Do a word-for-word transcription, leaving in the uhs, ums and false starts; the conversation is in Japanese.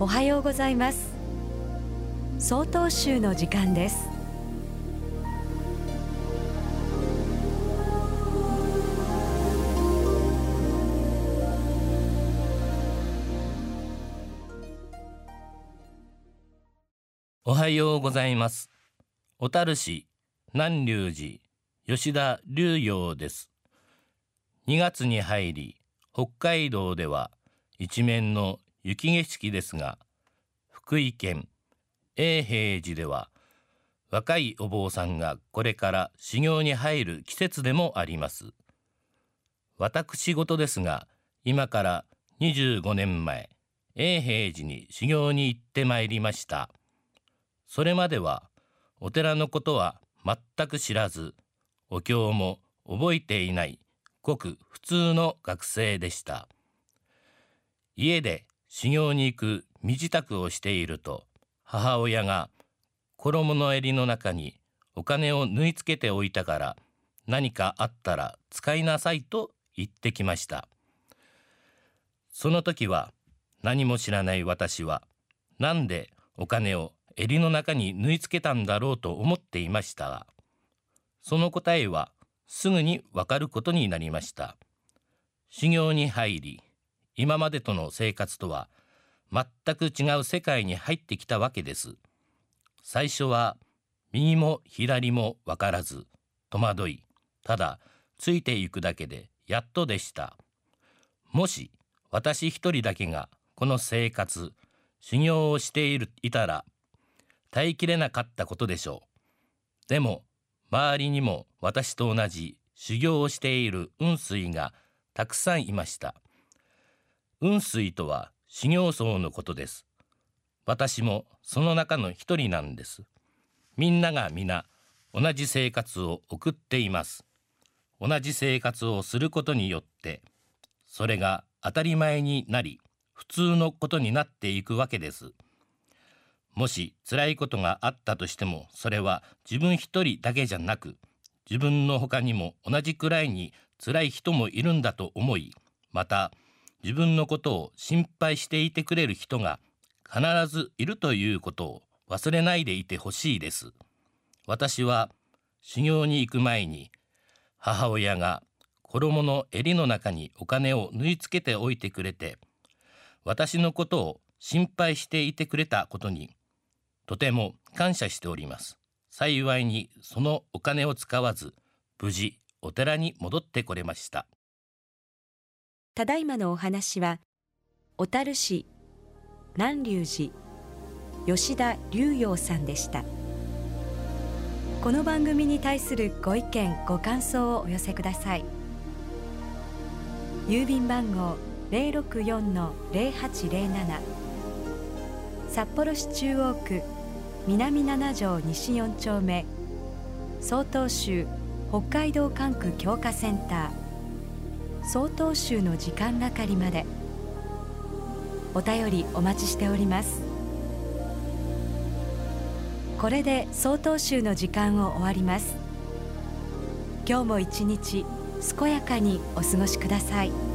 おはようございます。曹洞宗の時間です。 おはようございます。小樽市南龍寺吉田龍陽です。にがつに入り、北海道では一面の雪景色ですが、福井県永平寺では若いお坊さんがこれから修行に入る季節でもあります。私事ですが、今からにじゅうごねんまえ、永平寺に修行に行ってまいりました。それまではお寺のことは全く知らず、お経も覚えていないごく普通の学生でした。家で修行に行く身支度をしていると、母親が衣の襟の中にお金を縫い付けておいたから何かあったら使いなさいと言ってきました。その時は何も知らない私は、なんでお金を襟の中に縫い付けたんだろうと思っていましたが、その答えはすぐにわかることになりました。修行に入り、今までとの生活とは全く違う世界に入ってきたわけです。最初は右も左もわからず戸惑い、ただついていくだけでやっとでした。もし私一人だけがこの生活、修行をしているいたら耐えきれなかったことでしょう。でも周りにも私と同じ修行をしている雲水がたくさんいました。雲水とは修行僧のことです。私もその中の一人なんです。みんなが皆同じ生活を送っています。同じ生活をすることによって、それが当たり前になり、普通のことになっていくわけです。もし辛いことがあったとしても、それは自分一人だけじゃなく、自分の他にも同じくらいに辛い人もいるんだと思い、また自分のことを心配していてくれる人が必ずいるということを忘れないでいてほしいです。私は修行に行く前に、母親が衣の襟の中にお金を縫い付けておいてくれて、私のことを心配していてくれたことにとても感謝しております。幸いにそのお金を使わず、無事お寺に戻ってこれました。 ただいまのお話は、小樽市南龍寺吉田龍陽さんでした。この番組に対するご意見ご感想をお寄せください。郵便番号 ゼロろくよんのゼロはちゼロなな、 札幌市中央区南なな条西よん丁目、曹洞宗北海道管区強化センター曹洞宗の時間係まで。お便りお待ちしております。これで曹洞宗の時間を終わります。今日も一日健やかにお過ごしください。